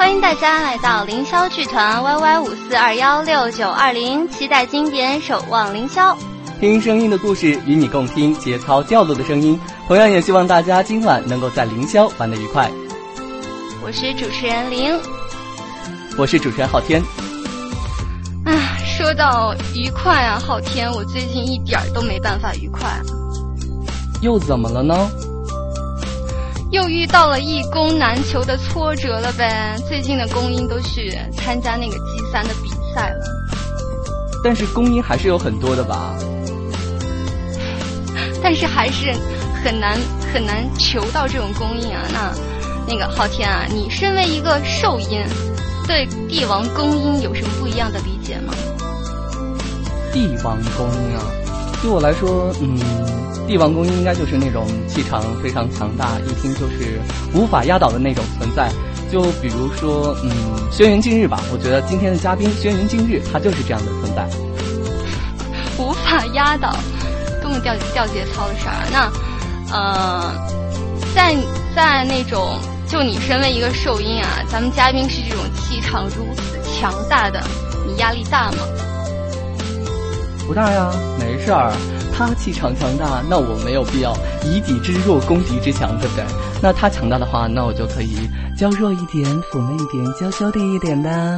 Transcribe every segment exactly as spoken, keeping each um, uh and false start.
欢迎大家来到凌霄剧团 Y Y 五四二幺六九二零，期待经典，守望凌霄。 听声音的故事，与你共听节操调度的声音。同样也希望大家今晚能够在凌霄玩得愉快。 我是主持人林， 我是主持人昊天。 啊，说到愉快啊，昊天，我最近一点都没办法愉快。 又怎么了呢？ 又遇到了一公难求的挫折了呗。最近的公音都去参加那个 G 三的比赛了， 但是公音还是有很多的吧？ 但是还是很难很难求到这种公音啊。那那个昊天啊，你身为一个兽音，对帝王公音有什么不一样的理解吗？ 帝王公音啊，对我来说，嗯。帝王公音应该就是那种气场非常强大，一听就是无法压倒的那种存在。就比如说，嗯，轩辕敬日吧，我觉得今天的嘉宾轩辕敬日，他就是这样的存在。 无法压倒，多么掉掉节操的事儿啊！那，呃，在在那种，就你身为一个兽音啊，咱们嘉宾是这种气场如此强大的，你压力大吗？ 不大呀，没事儿。他气场强大，那我没有必要以敌之弱攻敌之强，对不对？那他强大的话，那我就可以娇弱一点，妩媚一点，娇羞的一点的。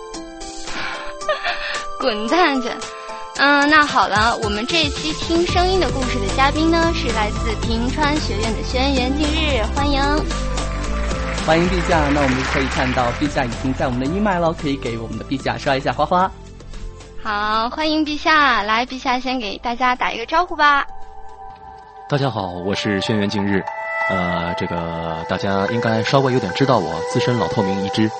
滚蛋去！嗯，那好了，我们这一期听声音的故事的嘉宾呢，是来自平川学院的轩辕敬日，欢迎， 欢迎陛下。那我们可以看到，陛下已经在我们的一麦了，可以给我们的陛下刷一下花花。 好，欢迎陛下，来，陛下先给大家打一个招呼吧。 大家好，我是轩辕敬日，呃，这个大家应该稍微有点知道我，资深老透明一只。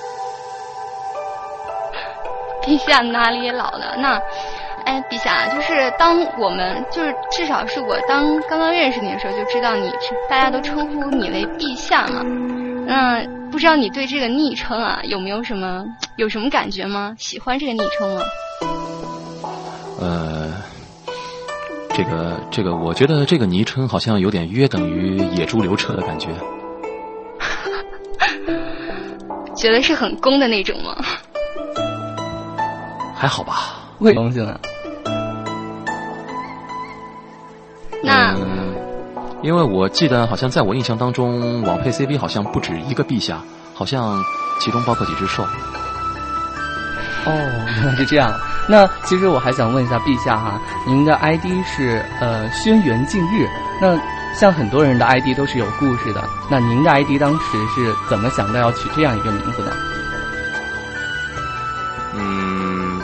陛下哪里也老了？那，哎，陛下，就是当我们就是至少是我当刚刚认识你的时候就知道你，大家都称呼你为陛下嘛。那不知道你对这个昵称啊有没有什么有什么感觉吗？喜欢这个昵称吗？ 呃，这个这个，我觉得这个昵称好像有点约等于野猪流车的感觉。 觉得是很攻的那种吗？ 还好吧。 为什么呢？ 那、 嗯，因为我记得好像在我印象当中，网配 C V 好像不止一个陛下，好像其中包括几只兽。 哦，原来是这样。那其实我还想问一下陛下哈，您的 I D 是呃轩辕敬日，那像很多人的 I D 都是有故事的，那您的 I D 当时是怎么想到要取这样一个名字呢？ 嗯，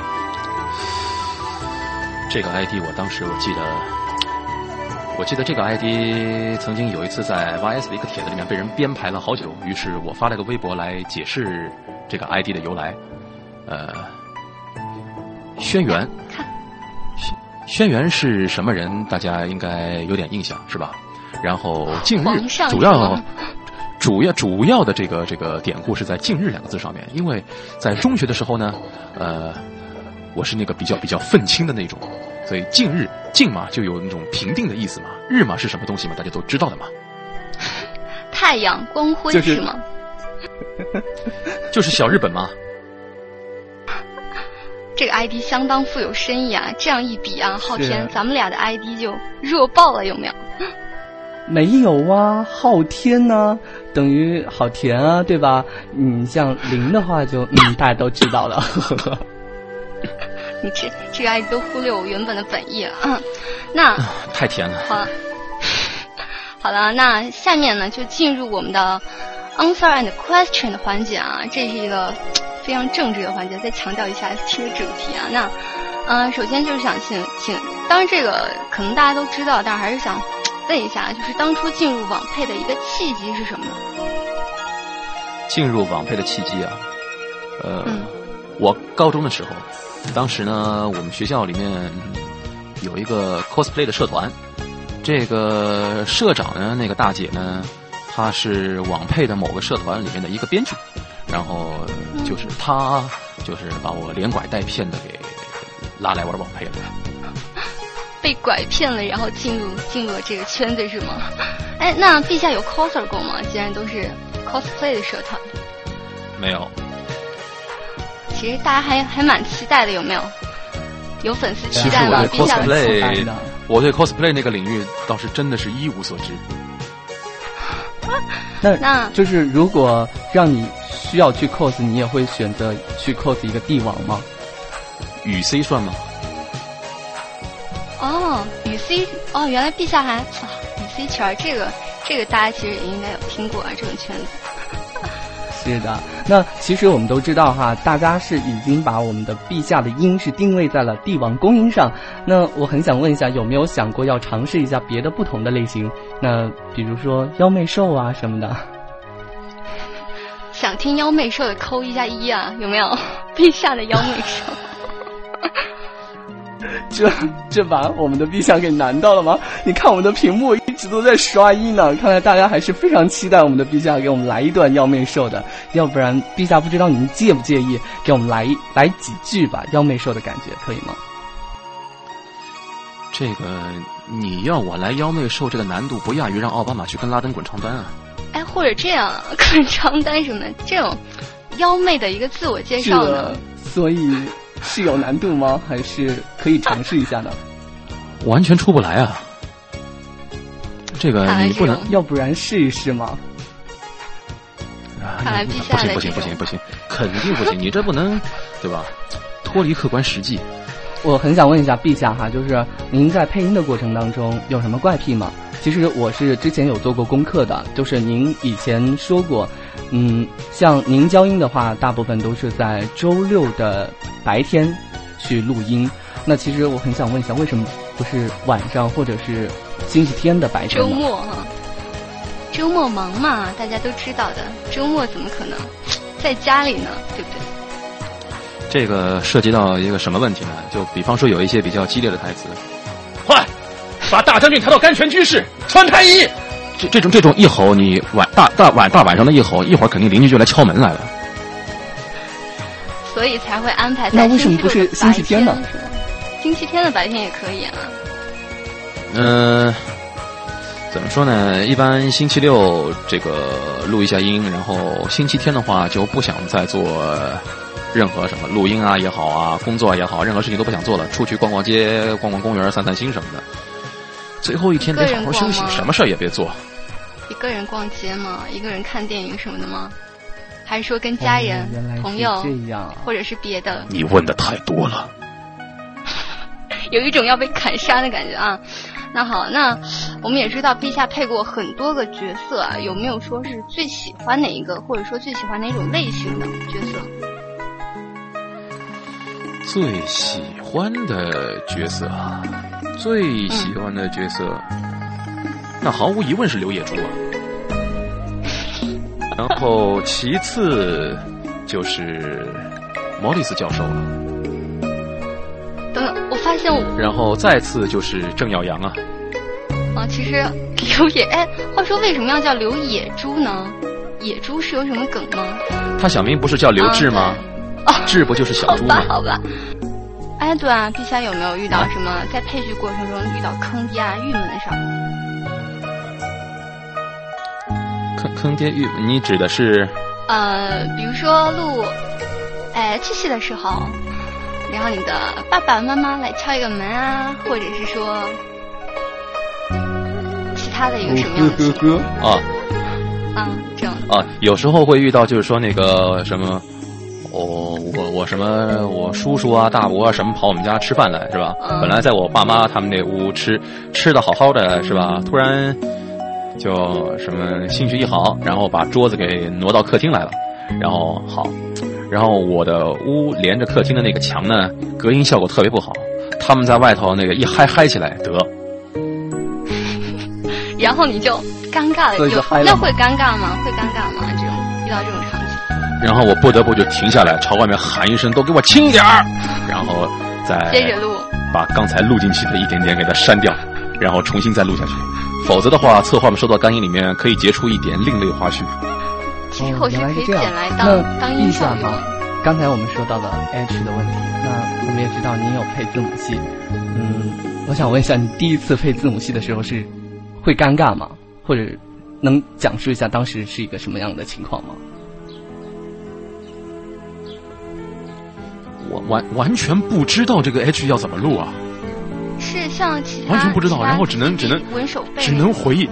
这个 I D 我当时我记得，我记得这个 I D 曾经有一次在 Y S 的一个帖子里面被人编排了好久，于是我发了个微博来解释这个 I D 的由来。呃，轩辕，轩辕是什么人？大家应该有点印象，是吧？然后敬日主要主要主要的这个这个典故是在敬日两个字上面，因为在中学的时候呢，呃，我是那个比较比较愤青的那种，所以敬日敬嘛就有那种平定的意思嘛，日嘛是什么东西嘛，大家都知道的嘛。 太阳光辉、就是吗？ 就是小日本嘛。 这个 I D 相当富有深意啊！这样一比啊，昊天，咱们俩的 I D 就弱爆了，有没有？ 没有啊，昊天呢、啊，等于好甜啊，对吧？你像零的话就，嗯，大家都知道了。 你这这个 I D 都忽略我原本的本意了。嗯，那、 啊、太甜了。 好了，好了，那下面呢就进入我们的 answer and question 的环节啊，这是一个非常正直的环节，再强调一下这个主题啊。那，嗯、呃，首先就是想请请，当然这个可能大家都知道，但是还是想问一下，就是当初进入网配的一个契机是什么呢？ 进入网配的契机啊，呃， 嗯、 我高中的时候，当时呢，我们学校里面有一个 cosplay 的社团，这个社长呢，那个大姐呢，她是网配的某个社团里面的一个编剧。然后就是他，就是把我连拐带骗的给拉来玩网配了。 被拐骗了，然后进入进入了这个圈子是吗？哎，那陛下有 coser 过吗？既然都是 cosplay 的社团。 没有， 其实大家还还蛮期待的，有没有？有粉丝期待吗？ 其实我对 cosplay， 我对 cosplay 那个领域倒是真的是一无所知。 那那就是如果让你需要去 cos， 你也会选择去 cos 一个帝王吗？ 羽 C 算吗？ 哦，羽 C 哦，原来陛下还啊羽 C 圈，这个这个大家其实也应该有听过啊，这种圈子。 是的，那其实我们都知道哈，大家是已经把我们的陛下的音是定位在了帝王公音上。那我很想问一下，有没有想过要尝试一下别的不同的类型？那比如说妖媚兽啊什么的。 想听妖媚兽的扣一加一啊，有没有？陛下的妖媚兽。 这这把我们的陛下给难到了吗？你看我们的屏幕一直都在刷一呢，看来大家还是非常期待我们的陛下给我们来一段妖媚兽的，要不然陛下不知道您介不介意给我们来来几句吧，妖媚兽的感觉可以吗？ 这个你要我来妖媚兽，这个难度不亚于让奥巴马去跟拉登滚床单啊！ 哎，或者这样滚床单什么的，这种妖媚的一个自我介绍呢？ 所以。是有难度吗？还是可以尝试一下的？ 完全出不来啊！这个你不能， 要不然试一试吗？ 啊，不行不行不行不行，肯定不行！你这不能，对吧？脱离客观实际。 我很想问一下陛下哈，就是您在配音的过程当中有什么怪癖吗？其实我是之前有做过功课的，就是您以前说过。嗯，像您交音的话，大部分都是在周六的白天去录音。那其实我很想问一下，为什么不是晚上或者是星期天的白天呢？ 周末哈，周末忙嘛，大家都知道的。周末怎么可能在家里呢？对不对？ 这个涉及到一个什么问题呢？就比方说有一些比较激烈的台词，快把大将军抬到甘泉居士，穿太医。这这种这种一吼，你晚大大晚大晚上的一吼，一会儿肯定邻居就来敲门来了。 所以才会安排在那为什么不是星期天呢？ 星期天的白天也可以啊。 嗯、呃，怎么说呢？一般星期六这个录一下音，然后星期天的话就不想再做任何什么录音啊也好啊，工作也好，任何事情都不想做了，出去逛逛街、逛逛公园、散散心什么的。最后一天得好好休息，什么事儿也别做。 一个人逛街吗？一个人看电影什么的吗？还是说跟家人、 哦、 朋友， 这样或者是别的？ 你问的太多了， 有一种要被砍杀的感觉啊！那好，那我们也知道陛下配过很多个角色啊，有没有说是最喜欢哪一个，或者说最喜欢哪种类型的角色？ 最喜欢的角色啊，最喜欢的角色，嗯、那毫无疑问是刘野猪啊。然后其次就是莫里斯教授了。 等等，我发现我。 然后再次就是郑耀阳啊。 啊，其实刘野，哎，话说为什么要叫刘野猪呢？野猪是有什么梗吗？ 他小名不是叫刘志吗？ 哦， 志不就是小猪吗？ 好吧，好吧。哎，对啊，陛下有没有遇到什么在配剧过程中遇到坑爹啊、郁闷的事儿？ 坑坑爹郁闷，你指的是？ 呃，比如说录，哎，七夕的时候，然后你的爸爸妈妈来敲一个门啊，或者是说其他的一个什么样的情况？ 啊啊，这样啊，有时候会遇到，就是说那个什么。我我我什么我叔叔啊大伯啊什么跑我们家吃饭来是吧？ 嗯、 本来在我爸妈他们那屋吃吃的好好的是吧？突然就什么兴趣一好，然后把桌子给挪到客厅来了，然后好，然后我的屋连着客厅的那个墙呢，隔音效果特别不好，他们在外头那个一嗨嗨起来得， 然后你就尴尬了，就那会尴尬吗？会尴尬吗？这种遇到这种场景。 然后我不得不就停下来，朝外面喊一声：“都给我轻点儿！”然后再接着录， 把刚才录进去的一点点给它删掉，然后重新再录下去。否则的话，策划们收到干音里面可以截出一点另类花絮。 其实后续可以剪来当、 哦、 当音效用。 刚才我们说到了 H 的问题，那我们也知道您有配字母系。嗯，我想问一下，你第一次配字母系的时候是会尴尬吗？或者能讲述一下当时是一个什么样的情况吗？ 我完完全不知道这个 H 要怎么录啊， 是像其他完全不知道，然后只能只能稳手背， 只能回忆。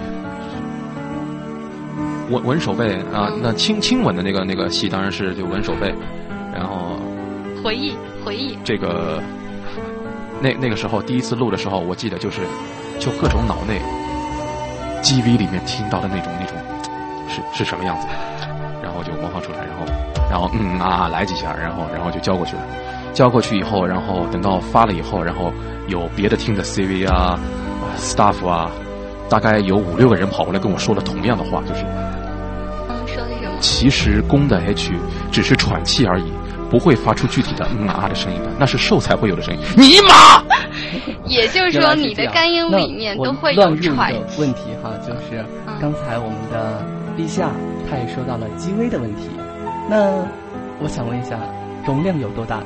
稳稳手背啊，嗯、那亲亲吻的那个那个戏当然是就稳手背，然后回忆回忆这个那那个时候第一次录的时候，我记得就是就各种脑内 G V 里面听到的那种那种是是什么样子，然后就模仿出来，然后然后嗯啊来几下，然后然后就交过去了，交过去以后，然后等到发了以后，然后有别的听的 C V 啊、staff 啊，大概有五六个人跑过来跟我说了同样的话，就是。其实公的 H 只是喘气而已，不会发出具体的嗯啊的声音的，那是瘦才会有的声音。尼玛！ 也就是说，你的干音里面都会有喘气。 问题哈，就是刚才我们的陛下他也说到了 G V 的问题，那我想问一下，容量有多大呢？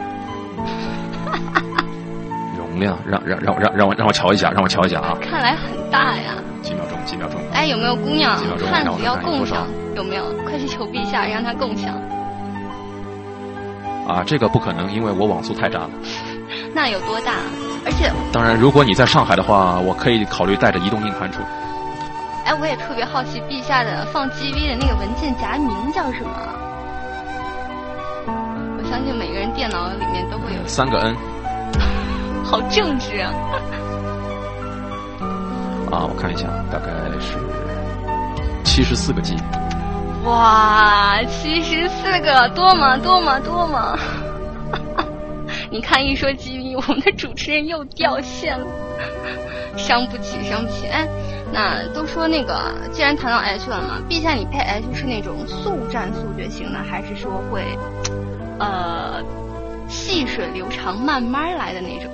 容量，让让让让让我让我瞧一下，让我瞧一下啊！ 看来很大呀。 几秒钟，几秒钟。 哎，有没有姑娘？汉子要共享， 有没有？快去求陛下，让他共享。 啊，这个不可能，因为我网速太渣了。 那有多大？而且， 当然，如果你在上海的话，我可以考虑带着移动硬盘出。 哎，我也特别好奇，陛下的放 G V 的那个文件夹名叫什么？我相信每个人电脑里面都会有三个 N。 好正直啊！ 啊，我看一下，大概是七十四个 G。 哇，七十四个，多吗？多吗？多吗？你看，一说 G V， 我们的主持人又掉线了，伤不起，伤不起。哎，那都说那个，既然谈到 H 了嘛，陛下，你配 H 是那种速战速决型的，还是说会呃细水流长、慢慢来的那种？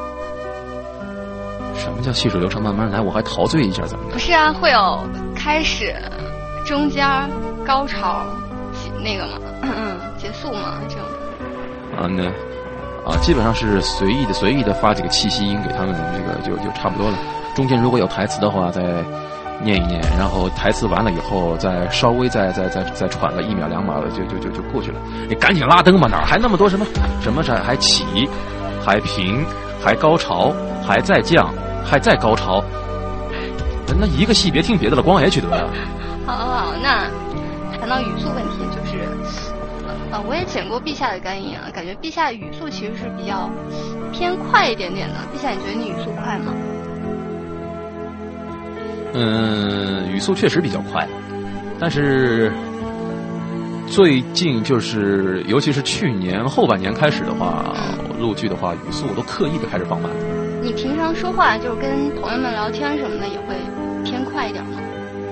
什么叫细水流长慢慢来？我还陶醉一下怎么的？ 不是啊，会有开始、中间、高潮、那个嘛，嗯，结束嘛，这种。 啊，那啊，基本上是随意的、随意的发几个气息音给他们，这个就就差不多了。中间如果有台词的话，再念一念，然后台词完了以后，再稍微再再再再喘个一秒两秒的，就就就就过去了。你赶紧拉灯吧，哪儿还那么多什么什么还起，还平，还高潮，还在降。还在高潮，那一个戏别听别的了，光 H 得了。 好好好，那谈到语速问题，就是呃，我也剪过陛下的干音啊，感觉陛下语速其实是比较偏快一点点的。陛下，你觉得你语速快吗？ 嗯，语速确实比较快，但是最近就是，尤其是去年后半年开始的话，录剧的话，语速我都刻意的开始放慢。 你平常说话就是跟朋友们聊天什么的也会偏快一点吗？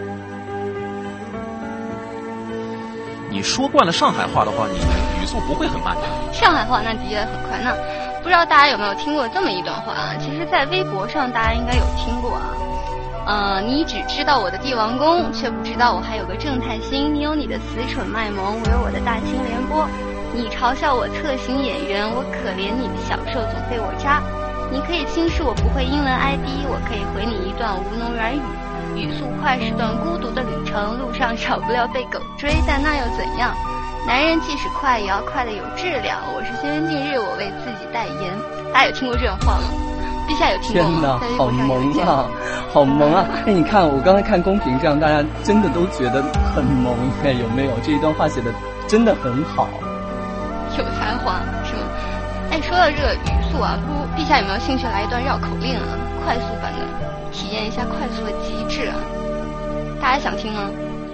你说惯了上海话的话，你语速不会很慢的。 上海话那的确很快。那不知道大家有没有听过这么一段话啊？其实在微博上大家应该有听过啊。呃，你只知道我的帝王宫，却不知道我还有个正太星。你有你的死蠢卖萌，我有我的大清廉颇。你嘲笑我侧形演员，我可怜你小受总被我扎。你可以轻视我不会英文 I D， 我可以回你一段吴侬软语。语速快是段孤独的旅程，路上少不了被狗追，但那又怎样？男人即使快，也要快得有质量。我是轩辕近日，我为自己代言。大家有听过这种话吗？陛下有听过吗？ 天哪，好萌啊，好萌啊！哎，你看我刚才看公屏这样，大家真的都觉得很萌。哎，有没有这一段话写的真的很好？ 有才华是吗？哎，说到这个语速啊，不，陛下有没有兴趣来一段绕口令啊？快速版的，体验一下快速的极致啊！大家想听吗？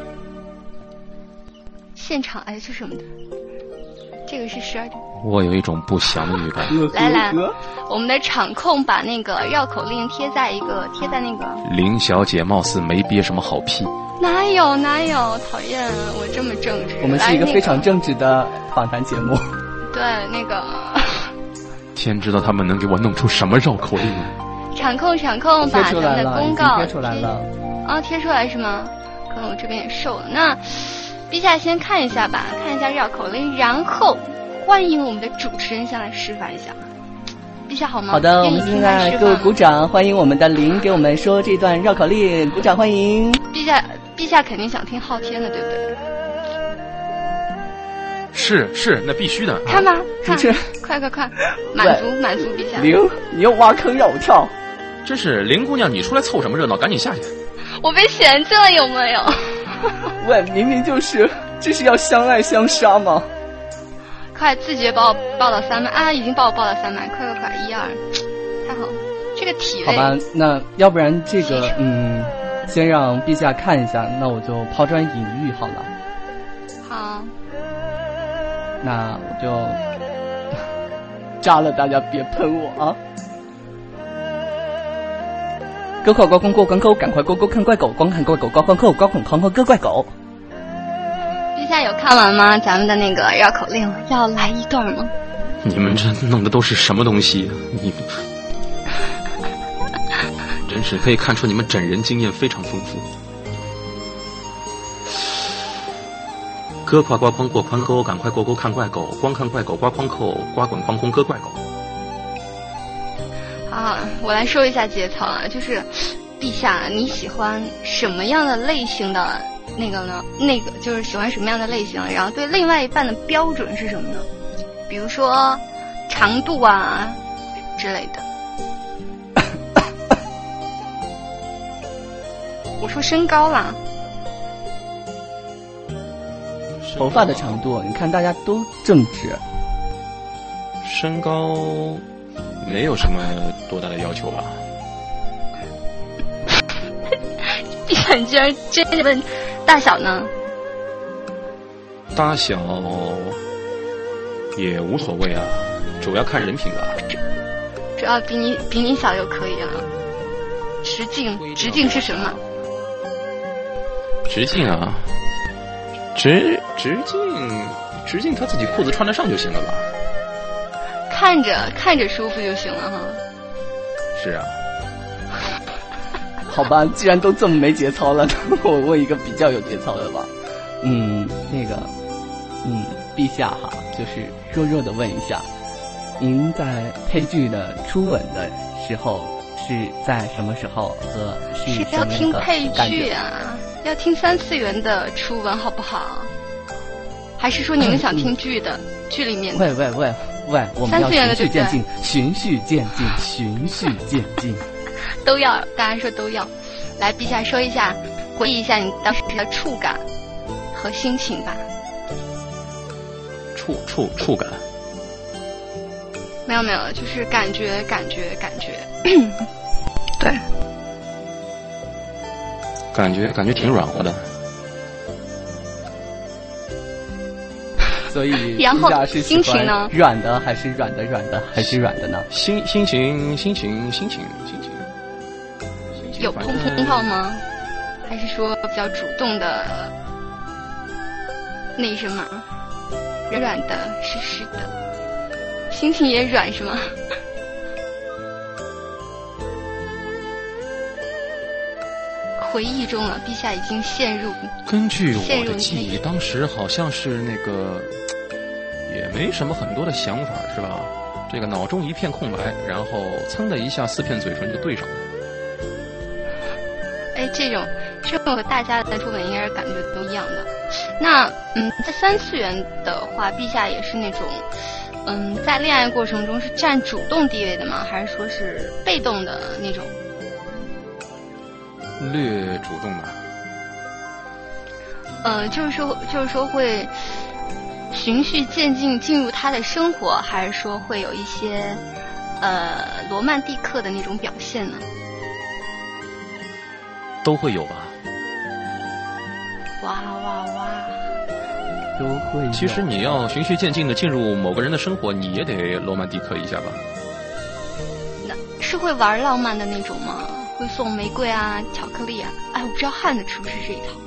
现场 H 什么的，这个是十二点。 我有一种不祥的预感。 来来，我们的场控把那个绕口令贴在一个贴在那个。 林小姐貌似没憋什么好屁。 哪有哪有，讨厌！我这么正直。 我们是一个非常正直的访谈节目。 对，那个。 天知道他们能给我弄出什么绕口令来。 场控场控把咱们的公告贴出来了。 啊，贴出来是吗？可能我这边也瘦了。那陛下先看一下吧，看一下绕口令，然后欢迎我们的主持人先来示范一下。陛下好吗？ 好的，我们现在各位鼓掌，欢迎我们的林给我们说这段绕口令，鼓掌欢迎。 陛下，陛下肯定想听昊天的，对不对？ 是是，那必须的。 看吧，看， 这快快快，满足满足陛下。 灵，你又挖坑让我跳。 真是林姑娘，你出来凑什么热闹？赶紧下去。 我被嫌弃了有没有？ 喂，明明就是，这是要相爱相杀吗？ 快自觉把我报到三麦啊！已经把我报到三麦，快快快，一二，太好了，这个体位。 好吧，那要不然这个嗯，先让陛下看一下，那我就抛砖引玉好了。 好。 那我就炸了，大家别喷我啊！哥快高空过关口，赶快过过看怪狗，光看怪狗高关口，高空狂和割怪狗。 陛下有看完吗？咱们的那个绕口令要来一段吗？ 你们这弄的都是什么东西？你真是可以看出你们整人经验非常丰富。哥跨瓜筐过宽沟，赶快过沟看怪狗，光看怪狗刮筐口，刮滚狂轰割怪狗。 好，我来说一下节操啊，就是陛下你喜欢什么样的类型的那个呢？那个就是喜欢什么样的类型，然后对另外一半的标准是什么呢？比如说长度啊之类的。我说身高啦。 头发的长度，你看大家都正直。 身高没有什么多大的要求吧？ 陛下，你居然真的问大小呢？ 大小也无所谓啊，主要看人品吧。 主要比你比你小就可以了。直径，直径是什么？ 直径啊，直直径，直径他自己裤子穿得上就行了吧？ 看着看着舒服就行了哈。 是啊。 好吧，既然都这么没节操了，我问一个比较有节操的吧。嗯，那个，嗯，陛下哈，就是弱弱的问一下，您在配剧的初吻的时候是在什么时候和是是要听配剧啊？要听三次元的初吻好不好？还是说你们想听剧的、嗯、剧里面的？ 喂喂喂喂，我们要循序渐进，循序渐进，循序渐进， 都要，大家说都要。来，陛下说一下，回忆一下你当时的触感和心情吧。 触触触感？ 没有没有，就是感觉感觉感觉。对。 感觉感觉挺软和的。 所以然后是心情呢？ 软的还是软的软的还是软的呢？ 心心情心情心情心情有砰砰炮吗？还是说比较主动的那什么软软的湿湿的，心情也软是吗？回忆中了，陛下已经陷入。 根据我的记忆，当时好像是那个，也没什么很多的想法，是吧？这个脑中一片空白，然后噌的一下，四片嘴唇就对上了。 哎，这种这种和大家的初吻应该是感觉都一样的。那嗯，在三次元的话，陛下也是那种，嗯，在恋爱过程中是占主动地位的吗？还是说是被动的那种？ 略主动吧。 呃，就是说，就是说会循序渐进进入他的生活，还是说会有一些呃罗曼蒂克的那种表现呢？ 都会有吧。 哇哇哇！ 都会有。 其实你要循序渐进的进入某个人的生活，你也得罗曼蒂克一下吧。 那是会玩浪漫的那种吗？会送玫瑰啊、巧克力啊？哎，我不知道汉子吃不吃这一套。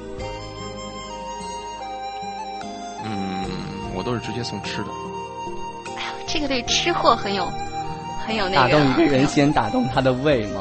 嗯，我都是直接送吃的。 哎呀，这个对吃货很有很有那个。 打动一个人，先打动他的胃吗？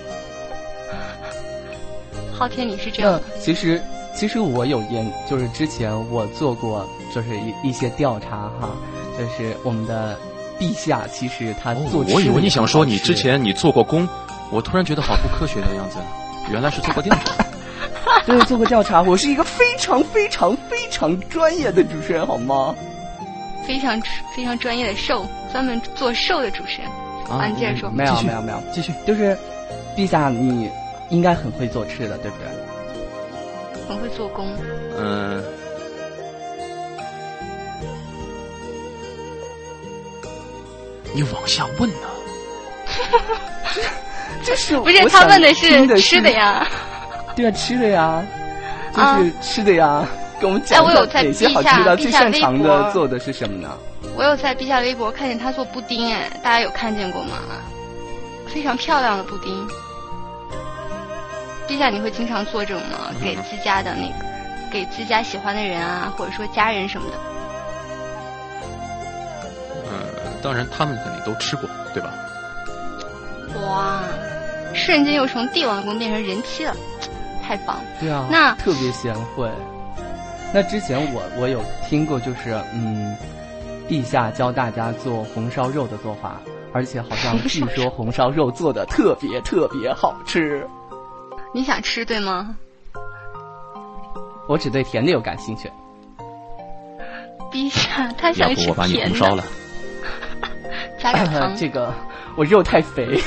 昊天，你是这样？ 其实，其实我有研，就是之前我做过，就是一一些调查哈，就是我们的陛下，其实他做吃、 哦。我以为你想说你之前你做过工。我突然觉得好不科学的样子，原来是做过调查。 对，做过调查。我是一个非常非常非常专业的主持人，好吗？ 非常非常专业的售，专门做售的主持人。 啊， 啊你接着说。 没有继续没有没有， 继续。 就是陛下，你应该很会做吃的，对不对？ 很会做工。 嗯、你往下问呢、 这是不是我想他问的是听的吃的呀？ 对啊，吃的呀，就啊是吃的呀。给我们哎讲一下我有在哪些好陛下吃的，最陛下微擅长的博做的是什么呢？ 我有在陛下微博看见他做布丁，哎，大家有看见过吗？非常漂亮的布丁。陛下，你会经常做这种吗？ 嗯给自家的那个，给自家喜欢的人啊，或者说家人什么的。 嗯，当然他们肯定都吃过，对吧？ 哇，瞬间又从帝王宫变成人妻了，太棒！ 对啊， 那特别贤惠。那之前我我有听过，就是嗯，陛下教大家做红烧肉的做法，而且好像据说红烧肉做的特别特别好吃。 你想吃对吗？ 我只对甜的有感兴趣。 陛下，他要想吃不我把你甜的。 红烧了。 加点糖。 这个我肉太肥。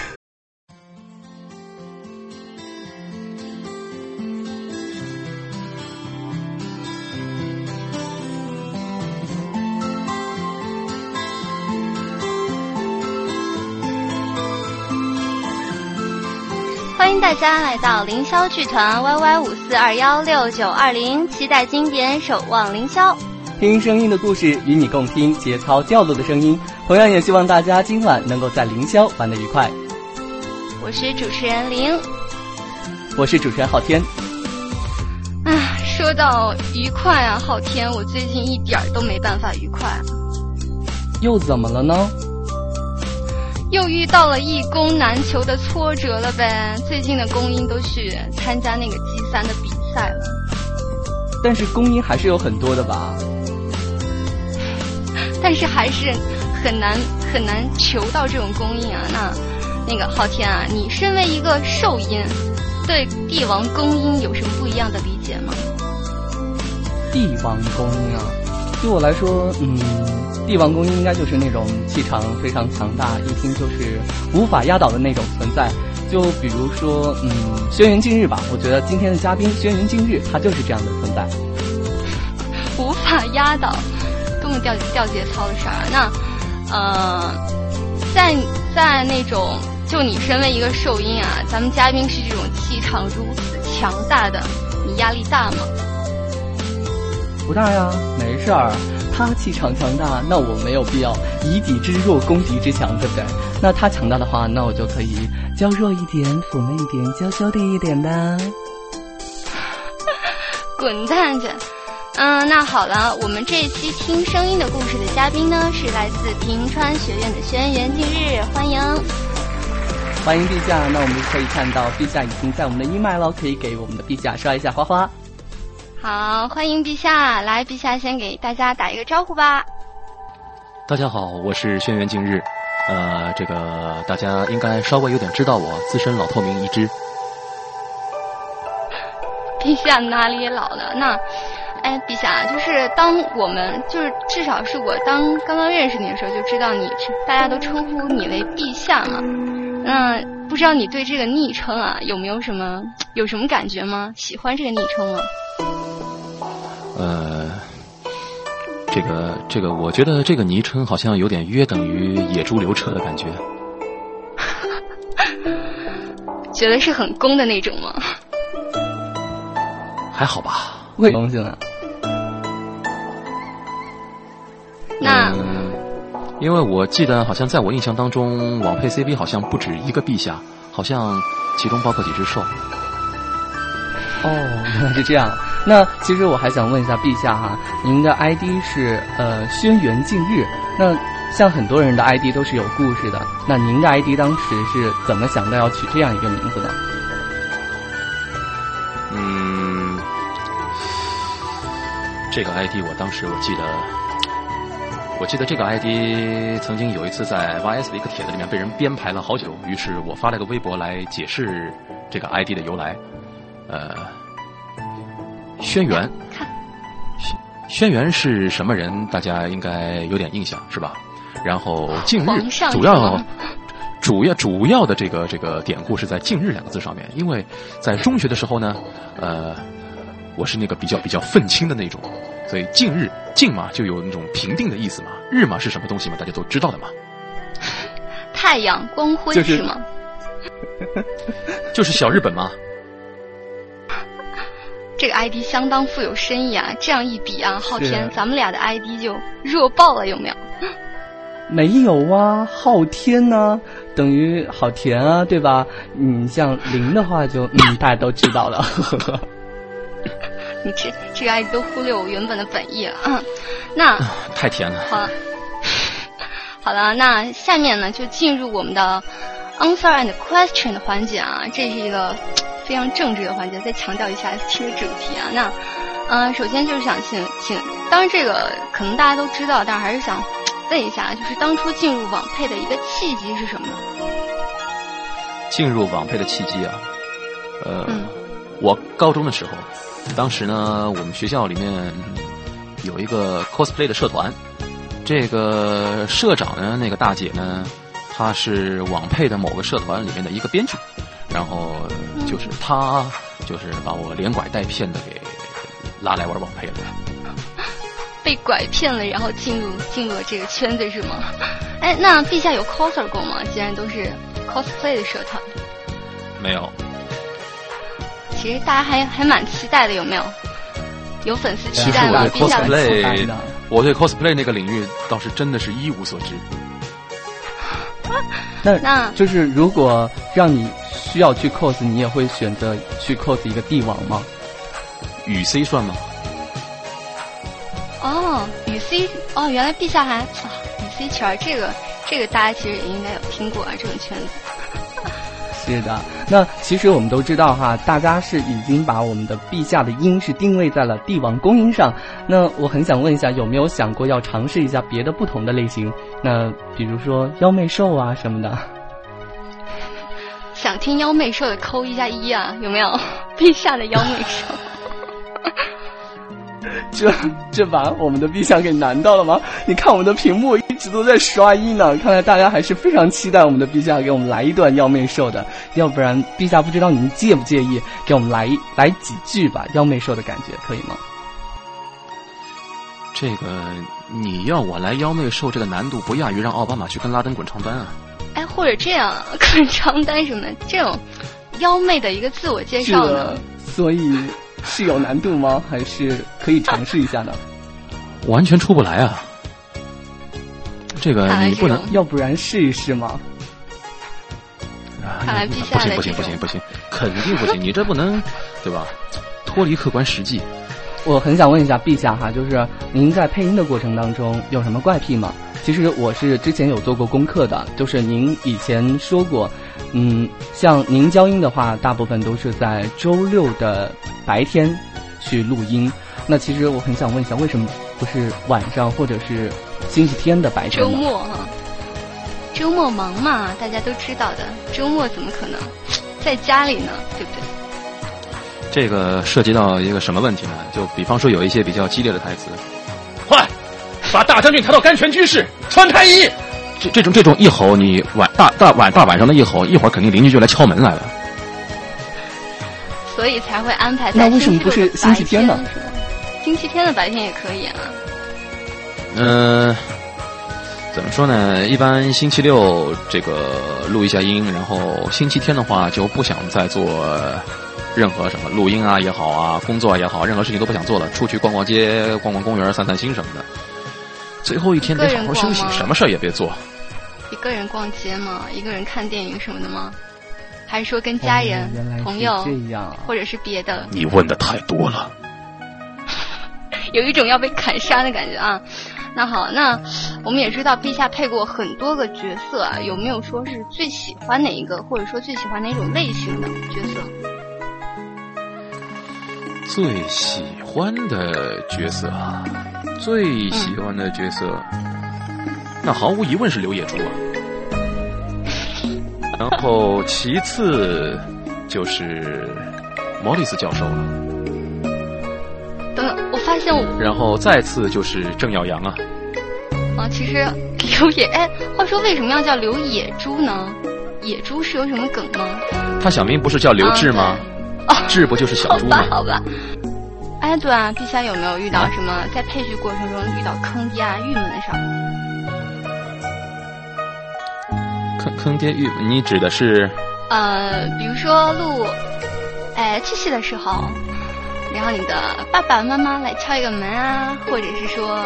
欢迎大家来到凌霄剧团 Y Y 五四二幺六九二零，期待经典，守望凌霄。 听声音的故事，与你共听节操掉落的声音。同样也希望大家今晚能够在凌霄玩得愉快。 我是主持人凌。 我是主持人昊天。 啊，说到愉快啊，昊天，我最近一点儿都没办法愉快。 又怎么了呢？ 又遇到了一攻难求的挫折了呗。最近的公音都去参加那个 G 三的比赛了。 但是公音还是有很多的吧？ 但是还是很难很难求到这种公音啊。那那个昊天啊，你身为一个兽音，对帝王公音有什么不一样的理解吗？ 帝王公音啊，对我来说，嗯，帝王公音应该就是那种气场非常强大，一听就是无法压倒的那种存在。就比如说，嗯，轩辕敬日吧，我觉得今天的嘉宾轩辕敬日，他就是这样的存在， 无法压倒，多么掉掉节操的事儿啊！那，呃，在在那种，就你身为一个兽音啊，咱们嘉宾是这种气场如此强大的，你压力大吗？ 不大呀，没事儿。他气场强大，那我没有必要以敌之弱攻敌之强，对不对？那他强大的话，那我就可以娇弱一点、妩媚一点、娇羞滴一点的。 滚蛋去！嗯，那好了，我们这一期听声音的故事的嘉宾呢，是来自平川学院的轩辕敬日，欢迎。 欢迎陛下，那我们可以看到陛下已经在我们的一麦了，可以给我们的陛下刷一下花花。 好，欢迎陛下，来，陛下先给大家打一个招呼吧。 大家好，我是轩辕敬日。呃，这个大家应该稍微有点知道我，资深老透明一只。 陛下哪里也老了？那，哎，陛下，就是当我们就是至少是我当刚刚认识你的时候就知道你，大家都称呼你为陛下嘛。那不知道你对这个昵称啊有没有什么有什么感觉吗？喜欢这个昵称吗？ 呃，这个这个，我觉得这个昵称好像有点约等于野猪刘彻的感觉。 觉得是很攻的那种吗？ 还好吧。 为荣幸啊。 那、 嗯，因为我记得好像在我印象当中，网配 C V 好像不止一个陛下，好像其中包括几只兽。 哦，原来是这样。那其实我还想问一下陛下哈，您的 I D 是呃轩辕敬日，那像很多人的 I D 都是有故事的，那您的 I D 当时是怎么想到要取这样一个名字呢？ 嗯，这个 I D 我当时我记得，我记得这个 I D 曾经有一次在 Y S 的一个帖子里面被人编排了好久，于是我发了个微博来解释这个 I D 的由来。呃，轩辕， 轩辕是什么人？大家应该有点印象是吧？然后近日主要主要主要的这个这个典故是在近日两个字上面，因为在中学的时候呢，呃，我是那个比较比较愤青的那种，所以近日近嘛就有那种平定的意思嘛，日嘛是什么东西嘛，大家都知道的嘛。 太阳光辉、 就是、 是吗？ 就是小日本嘛。 这个 I D 相当富有深意啊！这样一比啊，昊天，咱们俩的 I D 就弱爆了，有没有？ 没有啊，昊天呢、啊，等于好甜啊，对吧？嗯，像零的话就嗯，大家都知道了。 你这这个 I D 都忽略我原本的本意了。嗯，那太甜了。 好了，好了，那下面呢就进入我们的 Answer and Question 的环节啊，这是一个非常正直的环节，再强调一下这个主题啊。那，呃，首先就是想请请，当然这个可能大家都知道，但是还是想问一下，就是当初进入网配的一个契机是什么呢？ 进入网配的契机啊，呃， 嗯、 我高中的时候，当时呢，我们学校里面有一个 cosplay 的社团，这个社长呢，那个大姐呢，她是网配的某个社团里面的一个编剧。然后就是他，就是把我连拐带骗的给拉来玩网配了。 被拐骗了，然后进入进入了这个圈子是吗？哎，那陛下有 coser 过吗？既然都是 cosplay 的社团。 没有。 其实大家还还蛮期待的，有没有？有粉丝期待吗？陛下的 cosplay， 我对 cosplay 那个领域倒是真的是一无所知。 那那就是如果让你需要去 cos， 你也会选择去 cos 一个帝王吗？ 羽 C 算吗？ 哦，羽 C 哦，原来陛下还啊羽 C 圈，这个这个大家其实也应该有听过啊，这种圈子。 是的，那其实我们都知道哈，大家是已经把我们的陛下的音是定位在了帝王公音上。那我很想问一下，有没有想过要尝试一下别的不同的类型？那比如说妖媚兽啊什么的。 想听妖媚兽的扣一下一啊，有没有？陛下的妖媚兽。 这这把我们的陛下给难到了吗？你看我们的屏幕一直都在刷一呢，看来大家还是非常期待我们的陛下给我们来一段妖媚兽的，要不然陛下不知道你们介不介意给我们来来几句吧，妖媚兽的感觉可以吗？ 这个你要我来妖媚兽，这个难度不亚于让奥巴马去跟拉登滚床单啊！ 哎，或者这样滚床单什么的，这种妖媚的一个自我介绍呢？ 所以。是有难度吗？还是可以尝试一下呢？ 完全出不来啊！这个你不能， 要不然试一试吗？ 看来陛下的不行不行不行不行，肯定不行！你这不能，对吧？脱离客观实际。 我很想问一下陛下哈，就是您在配音的过程当中有什么怪癖吗？其实我是之前有做过功课的，就是您以前说过，嗯，像您交音的话，大部分都是在周六的白天去录音。那其实我很想问一下，为什么不是晚上或者是星期天的白天呢？ 周末哈，周末忙嘛，大家都知道的，周末怎么可能在家里呢？对不对？ 这个涉及到一个什么问题呢？就比方说有一些比较激烈的台词，快把大将军抬到甘泉居士，穿太医。这这种这种一吼，你晚大大晚大晚上的一吼，一会儿肯定邻居就来敲门来了。 所以才会安排在那为什么不是星期天呢？ 星期天的白天也可以啊。 嗯、呃，怎么说呢？一般星期六这个录一下音，然后星期天的话就不想再做任何什么录音啊也好啊，工作也好，任何事情都不想做了，出去逛逛街、逛逛公园、散散心什么的。最后一天得好好休息，什么事儿也别做。 一个人逛街吗？一个人看电影什么的吗？还是说跟家人、 哦、 朋友这样， 或者是别的？ 你问的太多了， 有一种要被砍杀的感觉啊。那好，那我们也知道陛下配过很多个角色啊，有没有说是最喜欢哪一个，或者说最喜欢哪种类型的角色？ 最喜欢的角色啊，最喜欢的角色，嗯、那毫无疑问是刘野猪啊。然后其次就是莫里斯教授了。 等等，我发现像我， 然后再次就是郑耀阳啊。 啊，其实刘野，哎，话说为什么要叫刘野猪呢？野猪是有什么梗吗？ 他小名不是叫刘志吗？ 哦， 志不就是小猪吗？ 好吧，好吧。哎，对啊，陛下有没有遇到什么在配剧过程中遇到坑爹啊、郁闷的事儿？ 坑坑爹郁闷，你指的是？ 呃，比如说录，哎，七夕的时候，然后你的爸爸妈妈来敲一个门啊，或者是说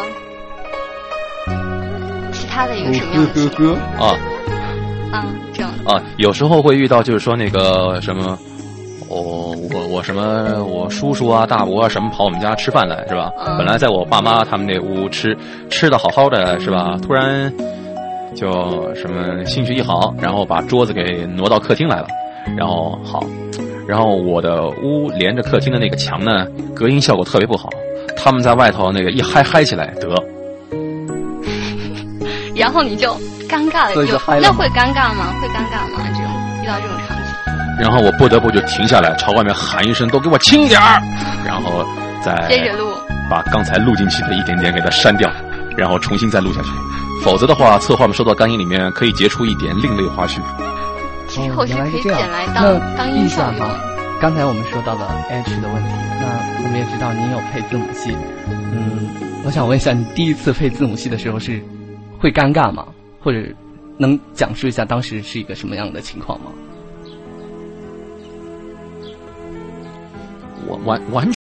其他的一个什么样的情况啊？ 啊，这样啊，有时候会遇到，就是说那个什么。我我我什么我叔叔啊大伯啊什么跑我们家吃饭来是吧？嗯、本来在我爸妈他们那屋吃吃的好好的是吧？突然就什么兴趣一好，然后把桌子给挪到客厅来了，然后好，然后我的屋连着客厅的那个墙呢，隔音效果特别不好，他们在外头那个一嗨嗨起来得， 然后你就尴尬了，有那会尴尬吗？会尴尬吗？这种遇到这种场景。 然后我不得不就停下来，朝外面喊一声：“都给我轻点儿！”然后再接着录， 把刚才录进去的一点点给它删掉，然后重新再录下去。否则的话，策划们收到干音里面可以截出一点另类花絮。 其实后续可以剪来当当音效用。 刚才我们说到了 H 的问题，那我们也知道您有配字母系。嗯，我想问一下，你第一次配字母系的时候是会尴尬吗？或者能讲述一下当时是一个什么样的情况吗？ 我完完全。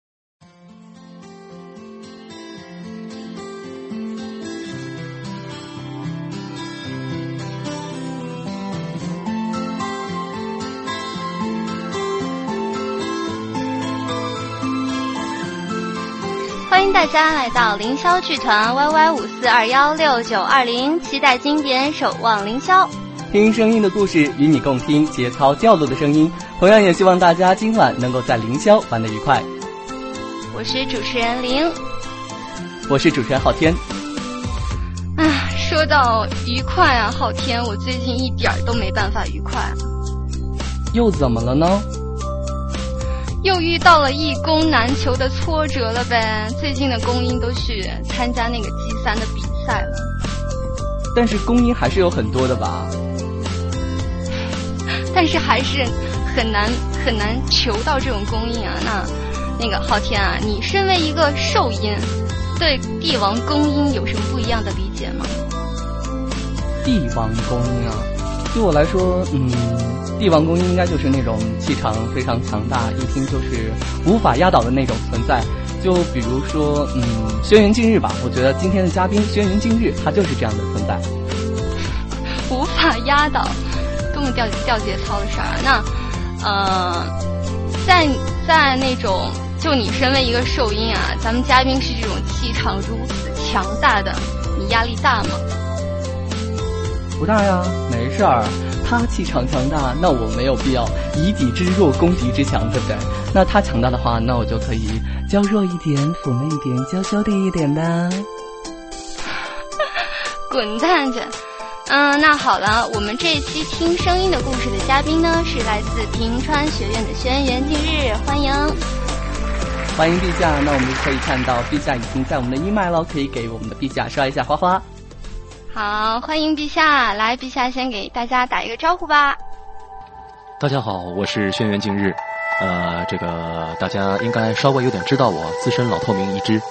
欢迎大家来到凌霄剧团 Y Y 五四二幺六九二零，期待经典，守望凌霄。 听声音的故事，与你共听节操掉落的声音。同样也希望大家今晚能够在凌霄玩得愉快。 我是主持人林， 我是主持人昊天。 啊，说到愉快啊，昊天，我最近一点都没办法愉快。 又怎么了呢？ 又遇到了一公难求的挫折了呗。最近的公音都去参加那个 G 三的比赛了。 但是公音还是有很多的吧？ 但是还是很难很难求到这种公音啊。那那个昊天啊，你身为一个兽音，对帝王公音有什么不一样的理解吗？ 帝王公音啊，对我来说，嗯，帝王公音应该就是那种气场非常强大，一听就是无法压倒的那种存在。就比如说，嗯，轩辕敬日吧，我觉得今天的嘉宾轩辕敬日，他就是这样的存在， 无法压倒，多么掉掉节操的事儿啊！那，呃，在在那种，就你身为一个兽音啊，咱们嘉宾是这种气场如此强大的，你压力大吗？ 不大呀，没事儿。他气场强大，那我没有必要以敌之弱攻敌之强，对不对？那他强大的话，那我就可以娇弱一点，妩媚一点，娇羞的一点的。 滚蛋去！嗯，那好了，我们这一期听声音的故事的嘉宾呢，是来自平川学院的轩辕敬日，欢迎， 欢迎陛下。那我们可以看到，陛下已经在我们的一麦了，可以给我们的陛下刷一下花花。 好，欢迎陛下，来，陛下先给大家打一个招呼吧。 大家好，我是轩辕敬日，呃，这个大家应该稍微有点知道我，资深老透明一只。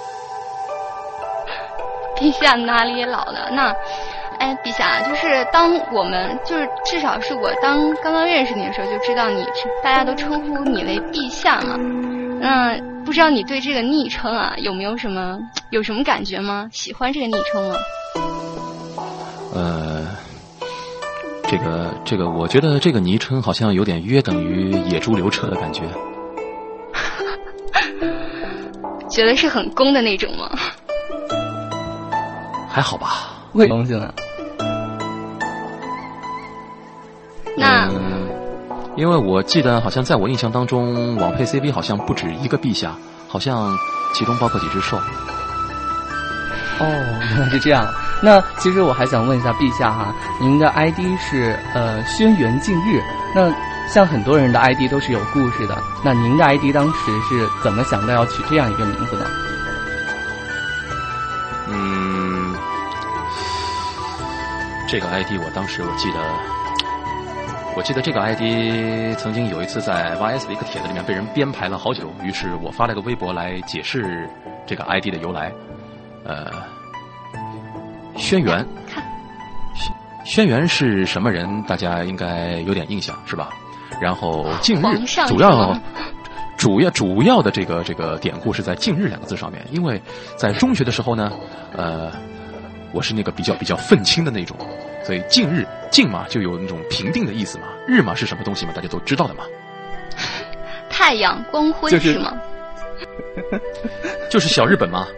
陛下哪里老了？那，哎，陛下，就是当我们就是至少是我当刚刚认识你的时候就知道你，大家都称呼你为陛下嘛。那不知道你对这个昵称啊有没有什么有什么感觉吗？喜欢这个昵称吗？ 呃，这个这个，我觉得这个昵称好像有点约等于野猪刘彻的感觉。 觉得是很攻的那种吗？ 还好吧。 为什么呢？ 那、 嗯，因为我记得好像在我印象当中，网配 C V 好像不止一个陛下，好像其中包括几只兽。 哦，原来是这样。那其实我还想问一下陛下哈，您的 I D 是呃轩辕敬日，那像很多人的 I D 都是有故事的，那您的 I D 当时是怎么想到要取这样一个名字呢？ 嗯，这个 I D 我当时我记得，我记得这个 I D 曾经有一次在 Y S 的一个帖子里面被人编排了好久，于是我发了个微博来解释这个 I D 的由来。呃，轩辕，轩辕是什么人？大家应该有点印象是吧？然后近日主要。主要主要的这个这个典故是在近日两个字上面，因为在中学的时候呢，呃，我是那个比较比较愤青的那种，所以近日近嘛就有那种评定的意思嘛，日嘛是什么东西嘛，大家都知道的嘛。 太阳光辉、 就是吗？ 就是小日本嘛。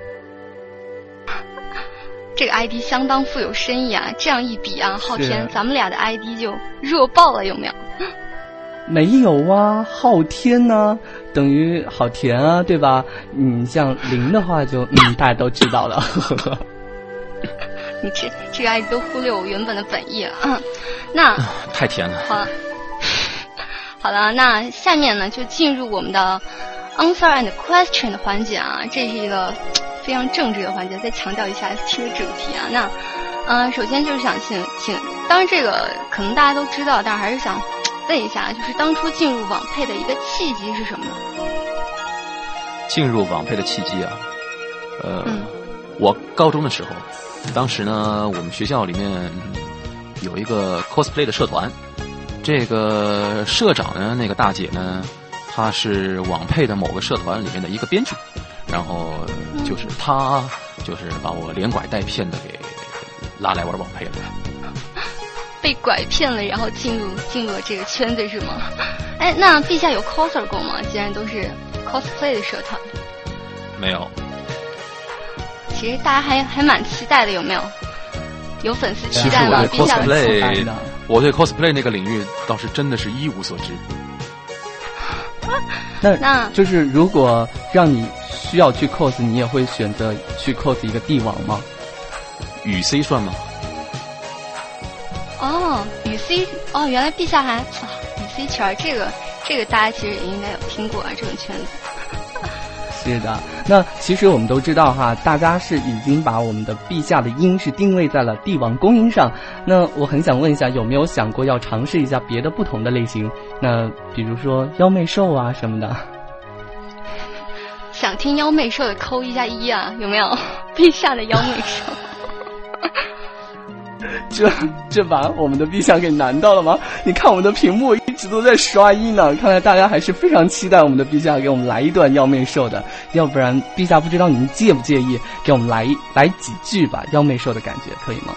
这个 I D 相当富有深意啊！这样一比啊，昊天，咱们俩的 I D 就弱爆了，有没有？ 没有啊，昊天呢、啊、等于好甜啊，对吧？嗯，像零的话就嗯大家都知道了。 你这这个 I D 都忽略我原本的本意了。嗯，那、 啊、太甜了。 好了，好了，那下面呢就进入我们的 answer and question 的环节啊，这是一个非常正直的环节，再强调一下 S T 的主题啊。那嗯、呃，首先就是想请请，当然这个可能大家都知道，但是还是想问一下，就是当初进入网配的一个契机是什么呢？ 进入网配的契机啊，呃、嗯，我高中的时候，当时呢，我们学校里面有一个 cosplay 的社团，这个社长呢，那个大姐呢，她是网配的某个社团里面的一个编剧，然后就是她就是把我连拐带骗的给拉来玩网配了。 被拐骗了，然后进入进入了这个圈子是吗？哎，那陛下有 coser 过吗？既然都是 cosplay 的社团， 没有。 其实大家还还蛮期待的，有没有？有粉丝期待吗？陛下的 cosplay， 我对 cosplay 那个领域倒是真的是一无所知。 那那就是如果让你需要去 cos， 你也会选择去 cos 一个帝王吗？ 羽 C 算吗？ 哦，羽 C 哦，原来陛下还啊羽 C 圈，这个这个大家其实也应该有听过啊，这种圈子。 是的，那其实我们都知道哈，大家是已经把我们的陛下的音是定位在了帝王公音上。那我很想问一下，有没有想过要尝试一下别的不同的类型？那比如说妖媚兽啊什么的。 想听妖媚兽的扣一下一啊，有没有？陛下的妖媚兽。 这这把我们的陛下给难到了吗？你看我们的屏幕一直都在刷一呢，看来大家还是非常期待我们的陛下给我们来一段妖媚兽的，要不然陛下不知道您介不介意给我们来来几句吧，妖媚兽的感觉可以吗？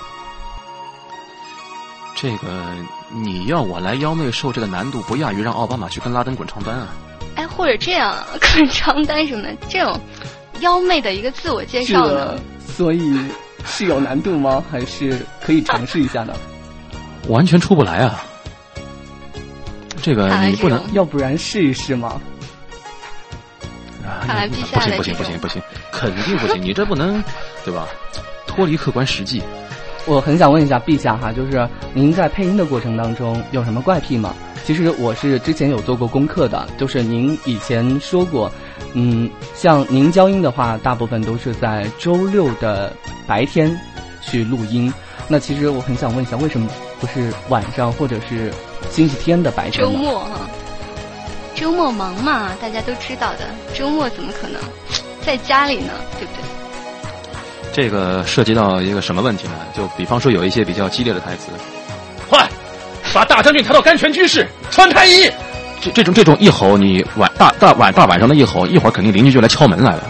这个你要我来妖媚兽，这个难度不亚于让奥巴马去跟拉登滚床单啊！ 哎，或者这样滚床单什么的，这种妖媚的一个自我介绍呢？ 所以。是有难度吗？还是可以尝试一下的？ 完全出不来啊！这个你不能， 要不然试一试吗？ 啊，不行不行不行不行，肯定不行！你这不能，对吧？脱离客观实际。 我很想问一下陛下哈，就是您在配音的过程当中有什么怪癖吗？其实我是之前有做过功课的，就是您以前说过。嗯，像您交音的话，大部分都是在周六的白天去录音。那其实我很想问一下，为什么不是晚上或者是星期天的白天呢？ 周末哈，周末忙嘛，大家都知道的。周末怎么可能在家里呢？对不对？ 这个涉及到一个什么问题呢？就比方说有一些比较激烈的台词，快把大将军抬到甘泉居士，穿太医。这这种这种一吼，你晚大大晚大晚上的一吼，一会儿肯定邻居就来敲门来了。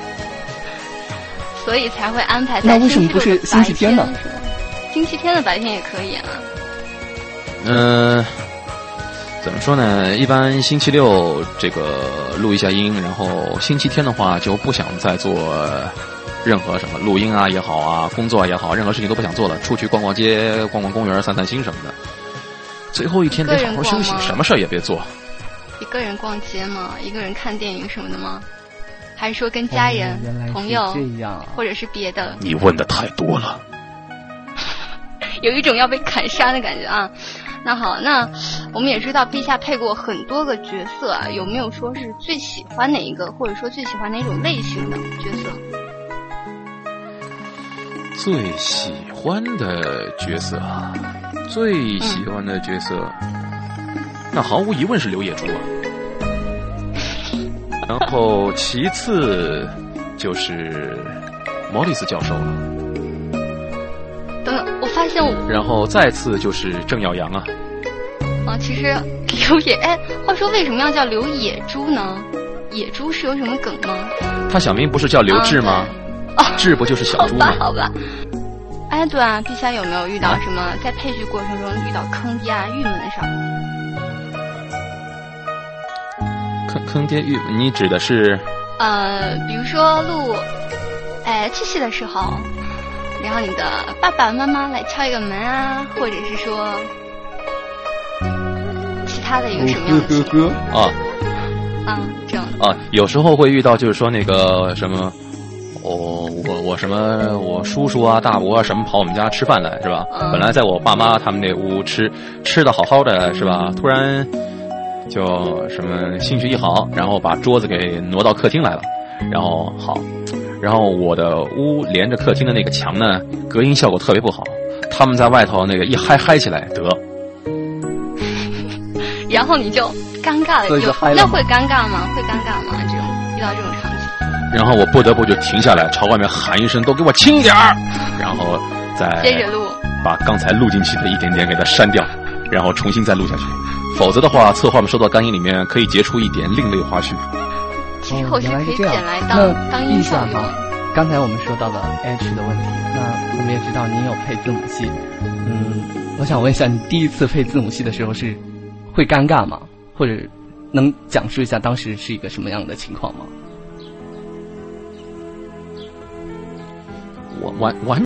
所以才会安排在那为什么不是星期天呢？ 星期天的白天也可以啊。 嗯、呃，怎么说呢？一般星期六这个录一下音，然后星期天的话就不想再做任何什么录音啊也好啊，工作也好，任何事情都不想做了，出去逛逛街、逛逛公园、散散心什么的。最后一天得好好休息，什么事儿也别做。 一个人逛街吗？一个人看电影什么的吗？还是说跟家人、 哦、 朋友， 这样或者是别的？ 你问的太多了， 有一种要被砍杀的感觉啊！那好，那我们也知道陛下配过很多个角色啊，有没有说是最喜欢哪一个，或者说最喜欢哪种类型的角色？ 最喜欢的角色啊，最喜欢的角色，嗯、那毫无疑问是刘野猪啊。然后其次就是莫里斯教授了。 等等，我发现我。 然后再次就是郑耀阳啊。 啊，其实刘野，哎，话说为什么要叫刘野猪呢？野猪是有什么梗吗？ 他小名不是叫刘志吗？ 哦， 志不就是小猪吗？ 好吧，好吧。哎，对啊，陛下有没有遇到什么在配剧过程中遇到坑爹啊、郁闷的事儿？ 坑坑爹郁闷，你指的是？ 呃，比如说录，哎，七夕的时候，然后你的爸爸妈妈来敲一个门啊，或者是说其他的一个什么样的情况啊？ 啊，这样啊，有时候会遇到，就是说那个什么。我我我什么我叔叔啊大伯啊什么跑我们家吃饭来是吧？ 嗯、 本来在我爸妈他们那屋吃吃的好好的是吧？突然就什么兴趣一好，然后把桌子给挪到客厅来了，然后好，然后我的屋连着客厅的那个墙呢，隔音效果特别不好，他们在外头那个一嗨嗨起来得， 然后你就尴尬了，就那会尴尬吗？会尴尬吗？这种遇到这种场景。 然后我不得不就停下来，朝外面喊一声：“都给我轻点儿！”然后再接着录， 把刚才录进去的一点点给它删掉，然后重新再录下去。否则的话，策划们收到干音里面可以截出一点另类花絮。 其实后续可以剪来当、 哦、 当音效用。 刚才我们说到了 H 的问题，那我们也知道您有配字母系。嗯，我想问一下，你第一次配字母系的时候是会尴尬吗？或者能讲述一下当时是一个什么样的情况吗？ 我完完